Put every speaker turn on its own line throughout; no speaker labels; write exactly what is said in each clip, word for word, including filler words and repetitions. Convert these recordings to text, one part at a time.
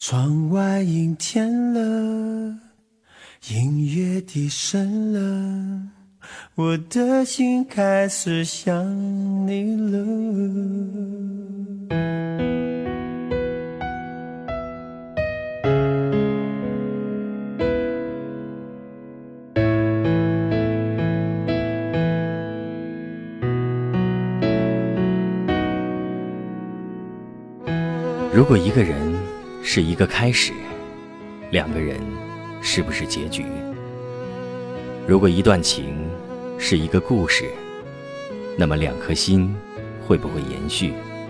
窗外阴天了，音乐低声了，我的心开始想你了。
如果一个人是一个开始，两个人是不是结局？如果一段情是一个故事，那么两颗心会不会延续？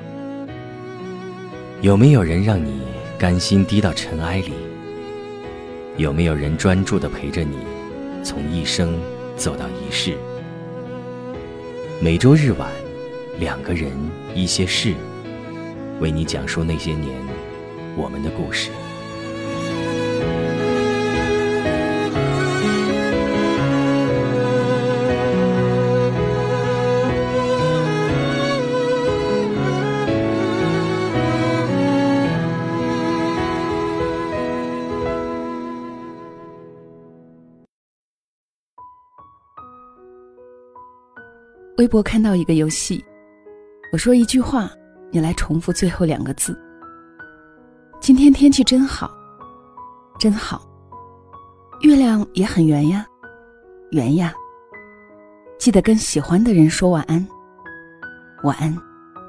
有没有人让你甘心低到尘埃里？有没有人专注地陪着你，从一生走到一世？每周日晚，两个人一些事，为你讲述那些年我们的故事。
微博看到一个游戏，我说一句话，你来重复最后两个字。今天天气真好，真好。月亮也很圆呀，圆呀。记得跟喜欢的人说晚安，晚安。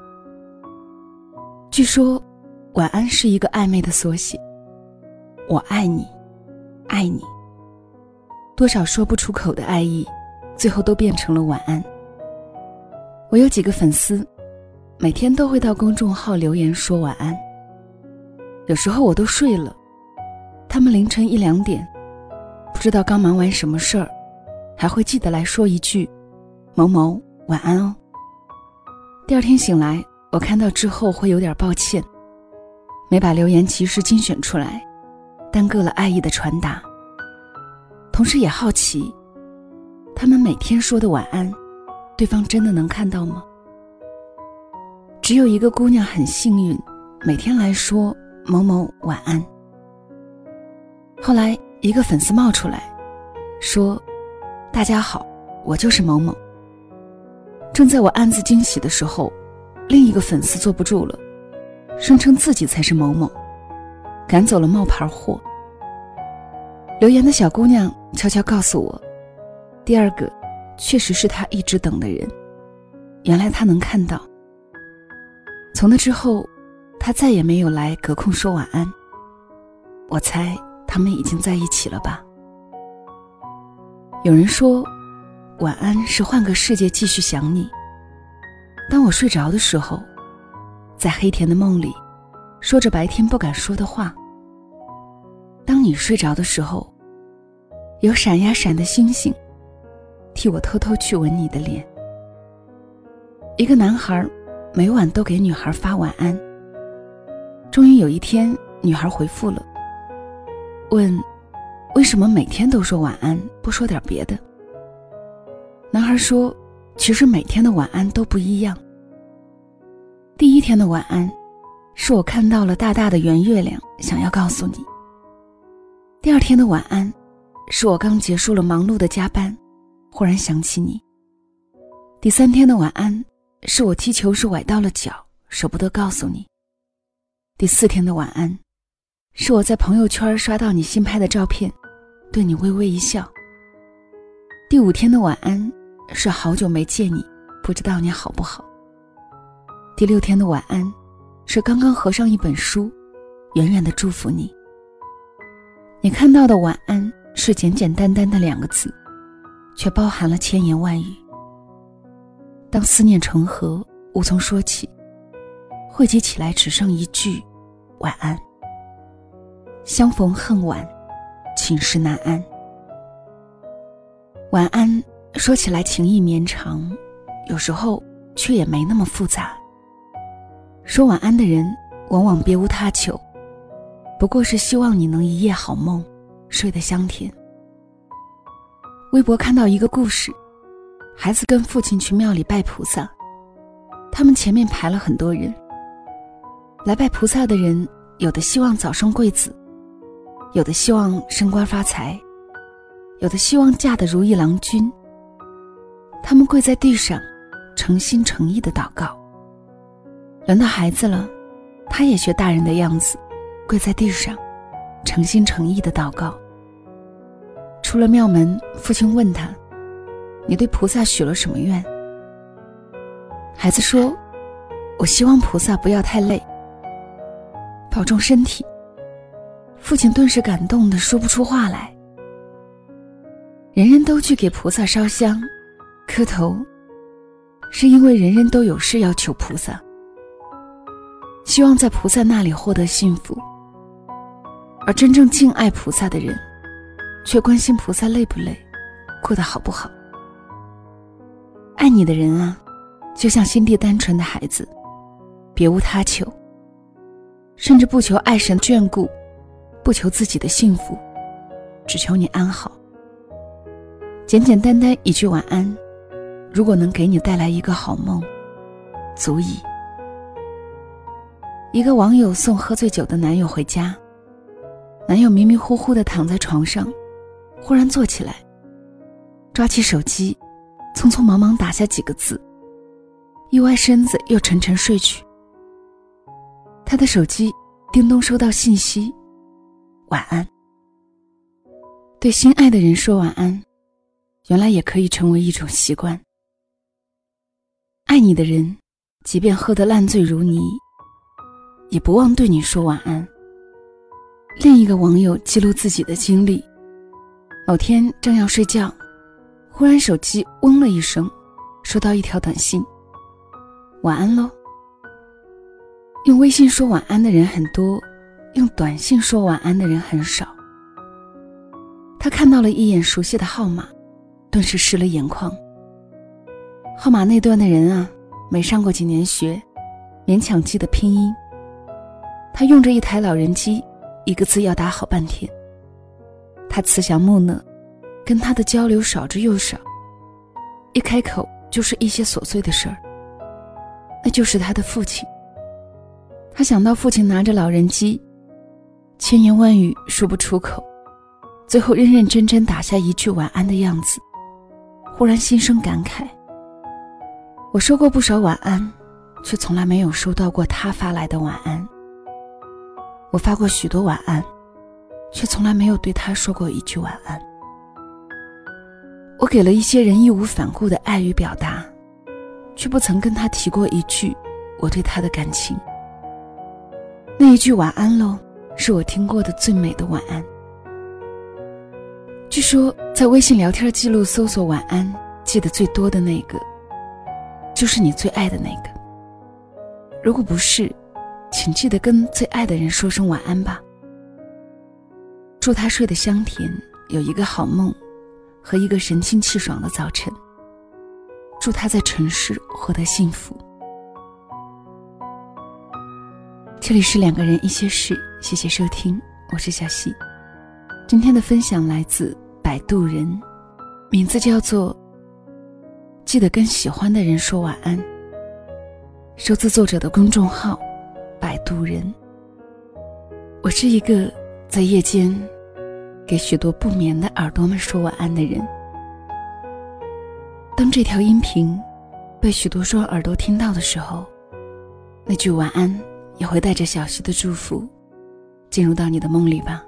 据说晚安是一个暧昧的缩写，我爱你，爱你。多少说不出口的爱意，最后都变成了晚安。我有几个粉丝，每天都会到公众号留言说晚安。有时候我都睡了，他们凌晨一两点，不知道刚忙完什么事儿，还会记得来说一句某某晚安哦。第二天醒来，我看到之后会有点抱歉，没把留言及时精选出来，耽搁了爱意的传达。同时也好奇，他们每天说的晚安，对方真的能看到吗？只有一个姑娘很幸运，每天来说某某晚安。后来一个粉丝冒出来说，大家好，我就是某某。正在我暗自惊喜的时候，另一个粉丝坐不住了，声称自己才是某某，赶走了冒牌货。留言的小姑娘悄悄告诉我，第二个确实是她一直等的人，原来她能看到。从那之后，她再也没有来隔空说晚安。我猜他们已经在一起了吧。有人说，晚安是换个世界继续想你。当我睡着的时候，在黑甜的梦里，说着白天不敢说的话。当你睡着的时候，有闪呀闪的星星，替我偷偷去吻你的脸。一个男孩每晚都给女孩发晚安。终于有一天，女孩回复了，问为什么每天都说晚安，不说点别的？男孩说，其实每天的晚安都不一样。第一天的晚安，是我看到了大大的圆月亮，想要告诉你。第二天的晚安，是我刚结束了忙碌的加班，忽然想起你。第三天的晚安，是我踢球时崴到了脚，舍不得告诉你。第四天的晚安，是我在朋友圈刷到你新拍的照片，对你微微一笑。第五天的晚安，是好久没见你，不知道你好不好。第六天的晚安，是刚刚合上一本书，远远地祝福你。你看到的晚安是简简单单的两个字，却包含了千言万语。当思念成河，无从说起，汇集起来只剩一句晚安。相逢恨晚，寝食难安。晚安说起来情意绵长，有时候却也没那么复杂。说晚安的人往往别无他求，不过是希望你能一夜好梦，睡得香甜。微博看到一个故事，孩子跟父亲去庙里拜菩萨，他们前面排了很多人，来拜菩萨的人有的希望早生贵子，有的希望升官发财，有的希望嫁得如意郎君。他们跪在地上，诚心诚意地祷告。轮到孩子了，他也学大人的样子，跪在地上，诚心诚意地祷告。出了庙门，父亲问他：你对菩萨许了什么愿？孩子说：我希望菩萨不要太累，保重身体。父亲顿时感动得说不出话来。人人都去给菩萨烧香磕头，是因为人人都有事要求菩萨，希望在菩萨那里获得幸福。而真正敬爱菩萨的人，却关心菩萨累不累，过得好不好。爱你的人啊，就像心地单纯的孩子，别无他求，甚至不求爱神眷顾，不求自己的幸福，只求你安好。简简单单一句晚安，如果能给你带来一个好梦，足矣。一个网友送喝醉酒的男友回家，男友迷迷糊糊地躺在床上，忽然坐起来，抓起手机，匆匆忙忙打下几个字，一歪身子又沉沉睡去。他的手机叮咚收到信息：晚安。对心爱的人说晚安，原来也可以成为一种习惯。爱你的人，即便喝得烂醉如泥，也不忘对你说晚安。另一个网友记录自己的经历，某天正要睡觉，忽然手机嗡了一声，收到一条短信：晚安咯。用微信说晚安的人很多，用短信说晚安的人很少。他看到了一眼熟悉的号码，顿时湿了眼眶。号码那端的人啊，没上过几年学，勉强记得拼音。他用着一台老人机，一个字要打好半天。他慈祥木讷，跟他的交流少之又少，一开口就是一些琐碎的事儿。那就是他的父亲。他想到父亲拿着老人机，千言万语说不出口，最后认认真真打下一句晚安的样子，忽然心生感慨。我说过不少晚安，却从来没有收到过他发来的晚安。我发过许多晚安，却从来没有对他说过一句晚安。我给了一些人义无反顾的爱与表达，却不曾跟他提过一句我对他的感情。那一句晚安喽，是我听过的最美的晚安。据说在微信聊天记录搜索晚安记得最多的那个，就是你最爱的那个。如果不是，请记得跟最爱的人说声晚安吧。祝他睡得香甜，有一个好梦和一个神清气爽的早晨。祝他在尘世获得幸福。这里是两个人一些事，谢谢收听，我是小溪。今天的分享来自摆渡人，名字叫做记得跟喜欢的人说晚安，收自作者的公众号摆渡人。我是一个在夜间给许多不眠的耳朵们说晚安的人。当这条音频被许多双耳朵听到的时候，那句晚安也会带着小溪的祝福进入到你的梦里吧。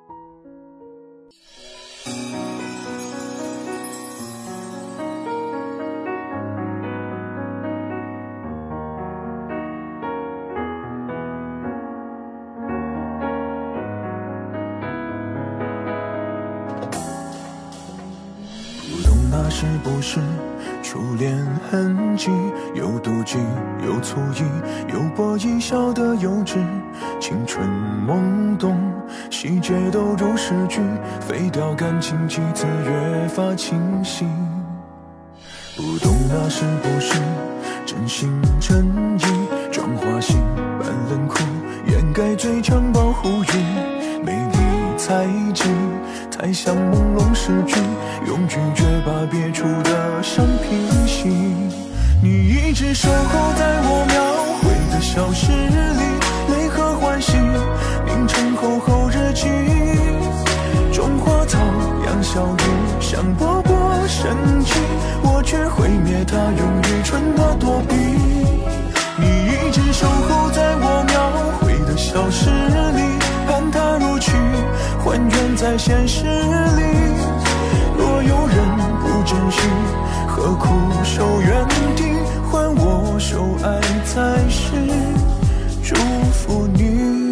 那是不是初恋痕迹？有妒忌，有醋意，有波一笑的幼稚，青春懵懂，细节都如诗句，废掉感情几次越发清晰。不懂那是不是真心真意，装花心扮冷酷，掩盖最强保护欲，美丽猜忌，太像朦胧诗句，用拒绝把别处的伤平息。你一直守候在我描绘的小诗里，泪和怀欢喜，凝成厚厚日记。种花草养小鱼，像勃勃生机，我却毁灭它，用愚蠢的躲避。你一直守候在我描绘的小诗里，盼它如期还原在现实里。若有人不珍惜，何苦守原地？还我手爱在世，祝福你。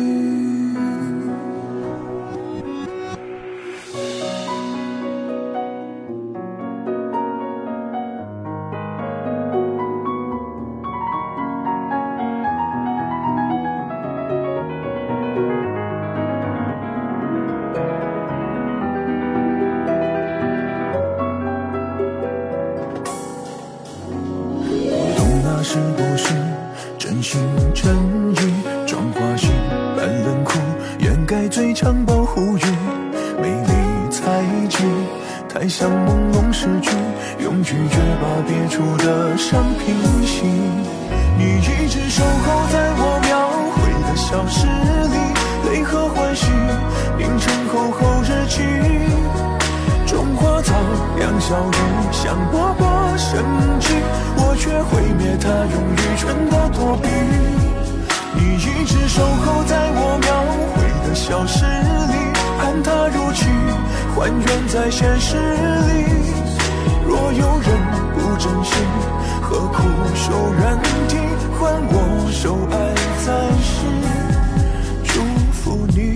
是不是真心真意装花心扮冷酷，掩盖最强保护欲，美丽猜忌太像朦胧诗句，用拒绝把别处的伤平息。你一直守候在我描绘的小诗里，泪和欢喜凝成厚厚日记。种花草养小鱼，像勃勃生机，我却毁灭它，用愚蠢的躲避。你一直守候在我描绘的小诗里，盼它如期还原在现实里。若有人不珍惜，何苦守原地？还我手爱在世，祝福你。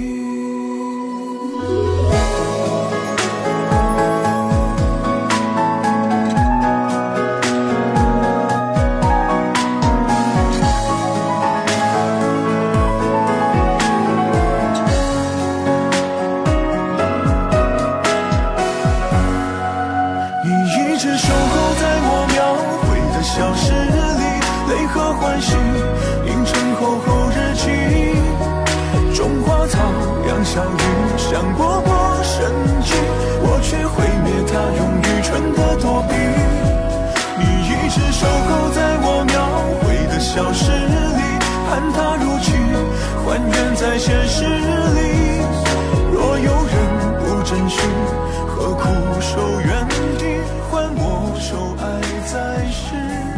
小诗里，泪和欢喜凝成厚厚日记。种花草养小鱼，像勃勃生机，我却毁灭它，用愚蠢的躲避。你一直守候在我描绘的小诗里，盼它如期还原在现实里。若有人不珍惜，何苦守原地？还我手爱在世，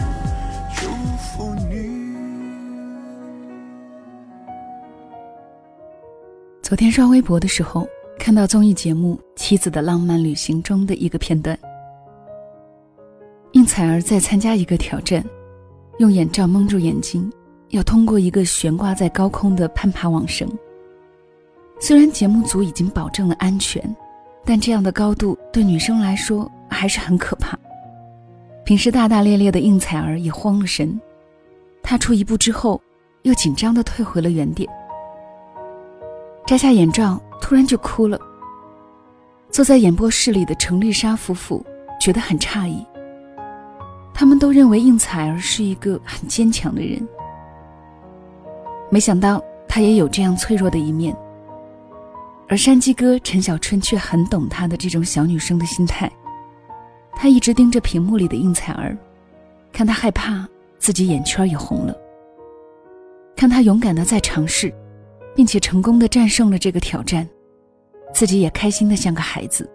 昨天刷微博的时候，看到综艺节目《妻子的浪漫旅行》中的一个片段。应采儿在参加一个挑战，用眼罩蒙住眼睛，要通过一个悬挂在高空的攀爬网绳。虽然节目组已经保证了安全，但这样的高度对女生来说还是很可怕。平时大大咧咧的应采儿也慌了神，踏出一步之后，又紧张地退回了原点。摘下眼罩，突然就哭了。坐在演播室里的程丽莎夫妇觉得很诧异，他们都认为应采儿是一个很坚强的人，没想到她也有这样脆弱的一面。而山鸡哥陈小春却很懂她的这种小女生的心态，他一直盯着屏幕里的应采儿，看她害怕，自己眼圈也红了；看她勇敢地在尝试，并且成功地战胜了这个挑战，自己也开心得像个孩子。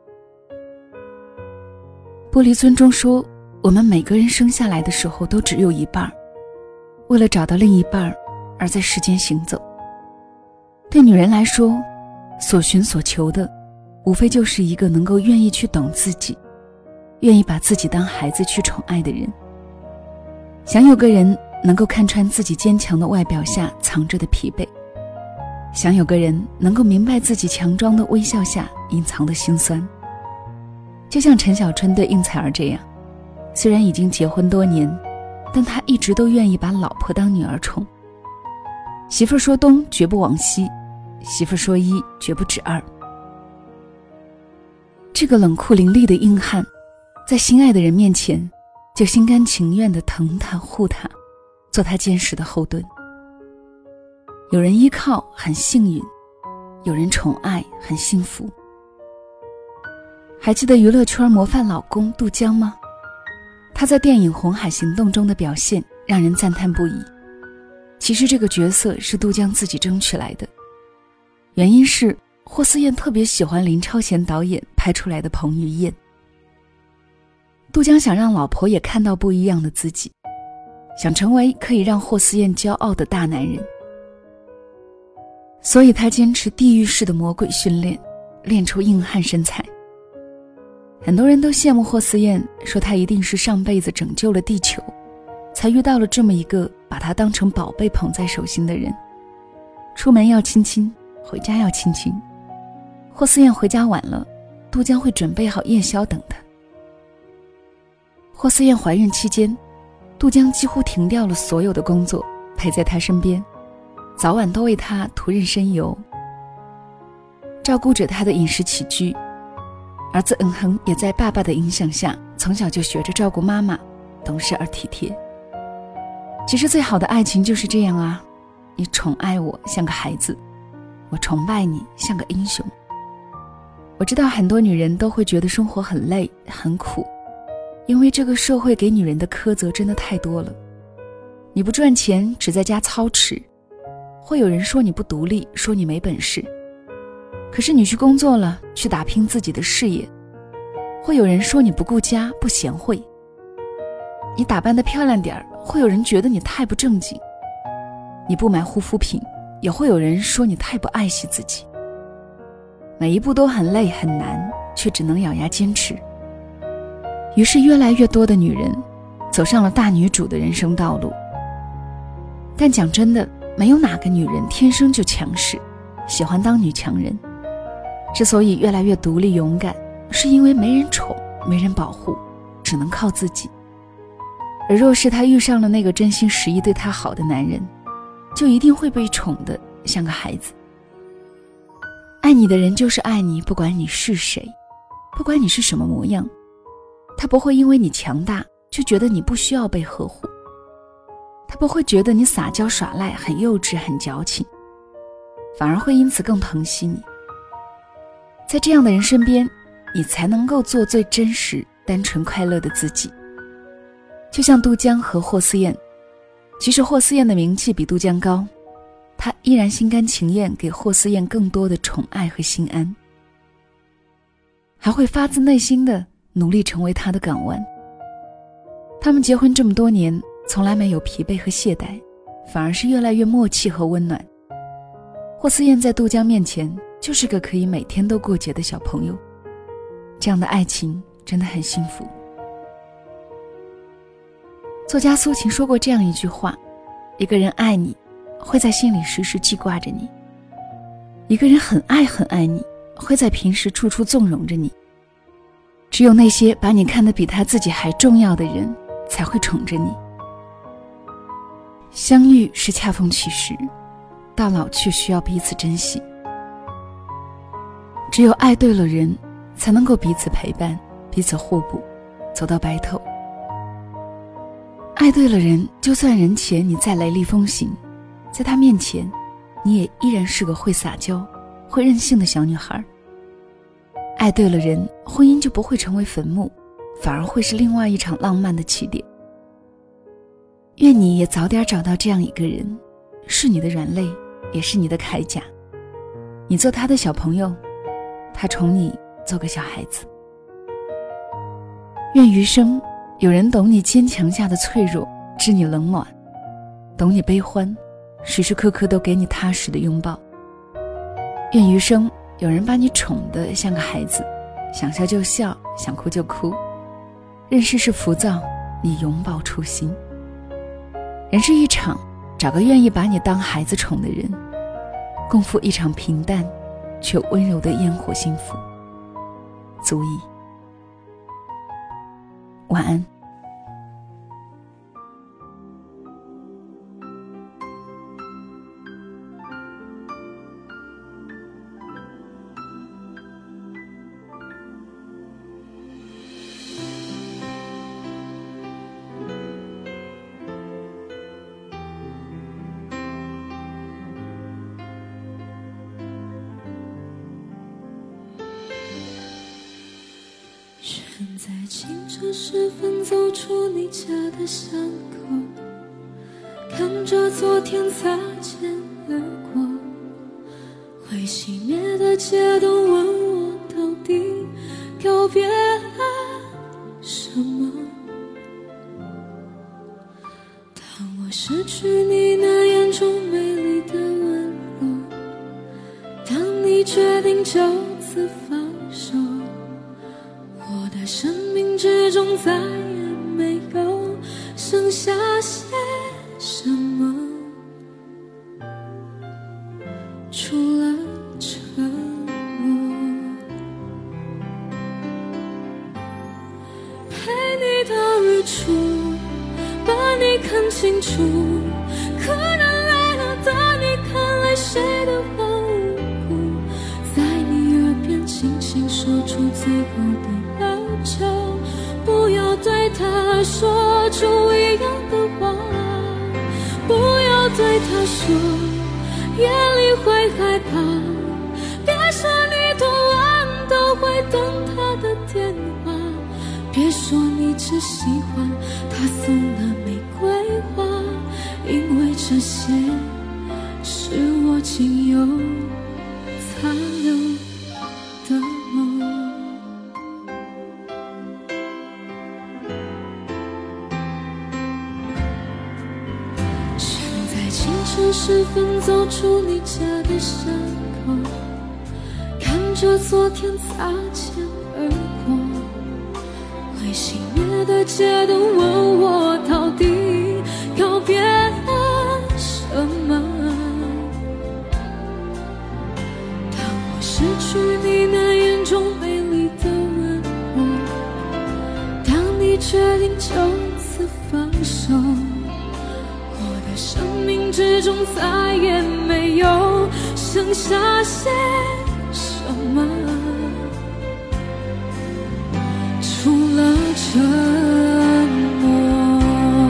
玻璃樽中说，我们每个人生下来的时候都只有一半，为了找到另一半而在世间行走。对女人来说，所寻所求的无非就是一个能够愿意去懂自己，愿意把自己当孩子去宠爱的人。想有个人能够看穿自己坚强的外表下藏着的疲惫，想有个人能够明白自己强装的微笑下隐藏的心酸。就像陈小春对应采儿这样，虽然已经结婚多年，但他一直都愿意把老婆当女儿宠。媳妇说东绝不往西，媳妇说一绝不止二。这个冷酷凌厉的硬汉，在心爱的人面前就心甘情愿地疼他护他，做他坚实的后盾。有人依靠很幸运，有人宠爱很幸福。还记得娱乐圈模范老公杜江吗？他在电影《红海行动》中的表现让人赞叹不已。 其实这个角色是杜江自己争取来的，原因是霍思燕特别喜欢林超贤导演拍出来的彭于晏。杜江想让老婆也看到不一样的自己，想成为可以让霍思燕骄傲的大男人，所以他坚持地狱式的魔鬼训练，练出硬汉身材。很多人都羡慕霍思燕，说她一定是上辈子拯救了地球，才遇到了这么一个把她当成宝贝捧在手心的人。出门要亲亲，回家要亲亲。霍思燕回家晚了，杜江会准备好夜宵等她。霍思燕怀孕期间，杜江几乎停掉了所有的工作，陪在她身边，早晚都为她涂润身油，照顾着她的饮食起居。儿子恩恒也在爸爸的影响下，从小就学着照顾妈妈，懂事而体贴。其实最好的爱情就是这样啊，你宠爱我像个孩子，我崇拜你像个英雄。我知道很多女人都会觉得生活很累很苦，因为这个社会给女人的苛责真的太多了。你不赚钱，只在家操持，会有人说你不独立，说你没本事。可是你去工作了，去打拼自己的事业，会有人说你不顾家，不贤惠。你打扮得漂亮点儿，会有人觉得你太不正经。你不买护肤品，也会有人说你太不爱惜自己。每一步都很累很难，却只能咬牙坚持。于是越来越多的女人走上了大女主的人生道路。但讲真的，没有哪个女人天生就强势，喜欢当女强人。之所以越来越独立勇敢，是因为没人宠，没人保护，只能靠自己。而若是她遇上了那个真心实意对她好的男人，就一定会被宠得像个孩子。爱你的人就是爱你，不管你是谁，不管你是什么模样，他不会因为你强大就觉得你不需要被呵护，他不会觉得你撒娇耍赖很幼稚很矫情，反而会因此更疼惜你。在这样的人身边，你才能够做最真实单纯快乐的自己。就像杜江和霍思燕，其实霍思燕的名气比杜江高，他依然心甘情愿给霍思燕更多的宠爱和心安，还会发自内心的努力成为她的港湾。他们结婚这么多年，从来没有疲惫和懈怠，反而是越来越默契和温暖。霍思燕在杜江面前就是个可以每天都过节的小朋友，这样的爱情真的很幸福。作家苏秦说过这样一句话，一个人爱你，会在心里时时记挂着你；一个人很爱很爱你，会在平时处处纵容着你。只有那些把你看得比他自己还重要的人，才会宠着你。相遇是恰逢其时，到老却需要彼此珍惜。只有爱对了人，才能够彼此陪伴，彼此互补，走到白头。爱对了人，就算人前你再雷厉风行，在他面前你也依然是个会撒娇会任性的小女孩。爱对了人，婚姻就不会成为坟墓，反而会是另外一场浪漫的起点。愿你也早点找到这样一个人，是你的软肋，也是你的铠甲。你做他的小朋友，他宠你做个小孩子。愿余生有人懂你坚强下的脆弱，知你冷暖，懂你悲欢，时时刻刻都给你踏实的拥抱。愿余生有人把你宠得像个孩子，想笑就笑，想哭就哭，任世事浮躁，你永葆初心。人是一场，找个愿意把你当孩子宠的人，共赴一场平淡却温柔的烟火幸福，足矣。晚安。
选在清晨时分走出你家的巷口， 看着昨天擦肩而过，会熄灭的街灯问我到底告别了什么。当我失去你那眼中美丽的温柔，当你决定就此放手，我的生命之中再也没有剩下些什么，除了沉默。陪你到日出，把你看清楚，可能来了的你看来谁的荒芜，在你耳边轻轻说出最后的要求，不要对他说出一样的话，不要对他说夜里会害怕，别说你多晚都会等他的电话，别说你只喜欢他送的玫瑰花，因为这些是我仅有残留的梦。想在清晨时分走出你家的巷口，看着昨天擦肩而过，会熄灭的街灯问我到底告别了什么。当我失去你那眼中美丽的温柔，当你决定就此放手，我的生命之中再也没有剩下些什么，除了沉默。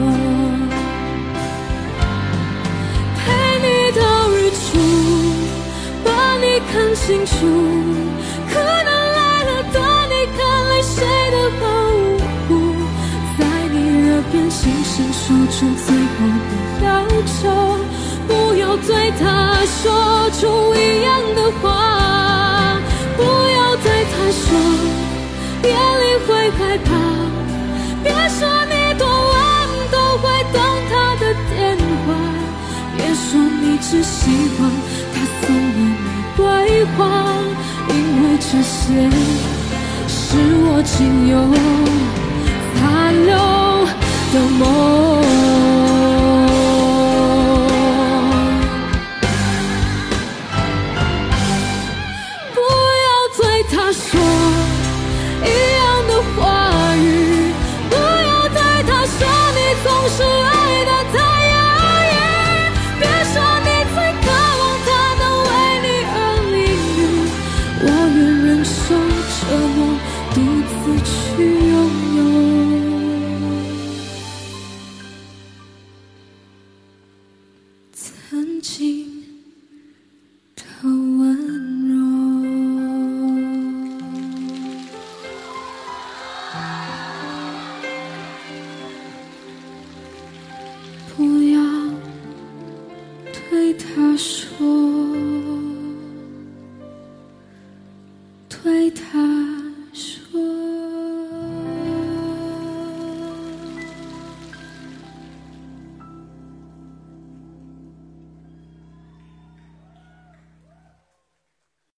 陪你到日出，把你看清楚，可能来了的你看来谁的毫无，在你耳边轻声说出最后的要求，不要对他说出一样的话，不要对他说夜里会害怕，别说你多晚都会等他的电话，别说你只喜欢他送的玫瑰花，因为这些是我仅有残留的梦。不要对他说一样的话语，不要对他说你总是爱得太压抑，别说你最渴望他能为你而淋雨，我愿忍受折磨，独自去拥有曾经的温柔。不要对他说，对他